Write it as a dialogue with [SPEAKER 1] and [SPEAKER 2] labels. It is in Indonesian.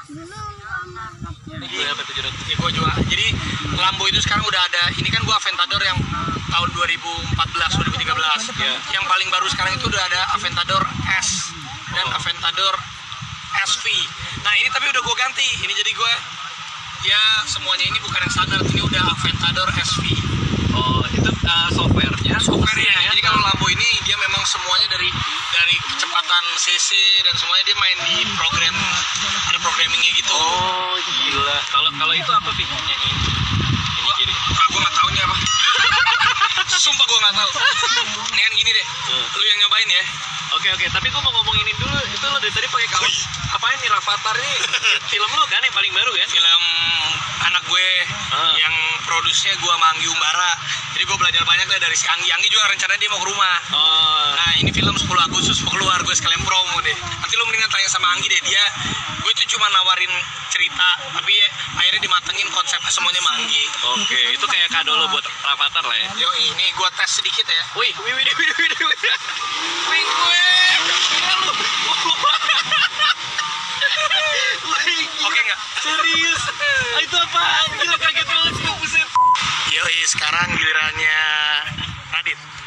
[SPEAKER 1] Itu apa tuh Jurut? Ya gue juga. Jadi Lambo itu sekarang udah ada. Ini kan gue Aventador yang tahun 2014, 2013.
[SPEAKER 2] Ya.
[SPEAKER 1] Yang paling baru sekarang itu udah ada Aventador S dan Aventador SV. Nah ini tapi udah gue ganti. Ini jadi gue ya semuanya ini bukan yang standar. Ini udah Aventador SV.
[SPEAKER 2] Oh, itu softwarenya.
[SPEAKER 1] Jadi kalau Lambo ini dia memang semuanya dari kecepatan CC dan semuanya dia main di program, ada programmingnya gitu.
[SPEAKER 2] Oh, gila. Kalau itu apa sih? Yang ini kiri.
[SPEAKER 1] Gue nggak tahu ini apa. Sumpah gue nggak tahu. Ini kan gini deh. Lu yang nyobain ya.
[SPEAKER 2] Oke, tapi gue mau ngomong ini dulu. Itu lo dari tadi pakai kaos. Apaan nih Rafathar ini? Film lo kan yang paling baru kan?
[SPEAKER 1] Film anak gue yang produksinya gue sama Anggi Umbara. Jadi gue belajar banyak deh dari si Anggi. Anggi juga rencananya dia mau ke rumah. Nah ini film 10 Agustus mau keluar, gue sekalian promo deh. Nanti lu mendingan tanya sama Anggi deh. Gue tuh cuma nawarin cerita, tapi akhirnya dimatengin konsepnya semuanya sama Anggi.
[SPEAKER 2] Oke, itu kayak kado lo buat Rafathar lah ya.
[SPEAKER 1] Yo ini gue tes sedikit ya.
[SPEAKER 2] Wih.
[SPEAKER 1] Wih gue. Oke nggak?
[SPEAKER 2] Serius? Itu apa? Gila.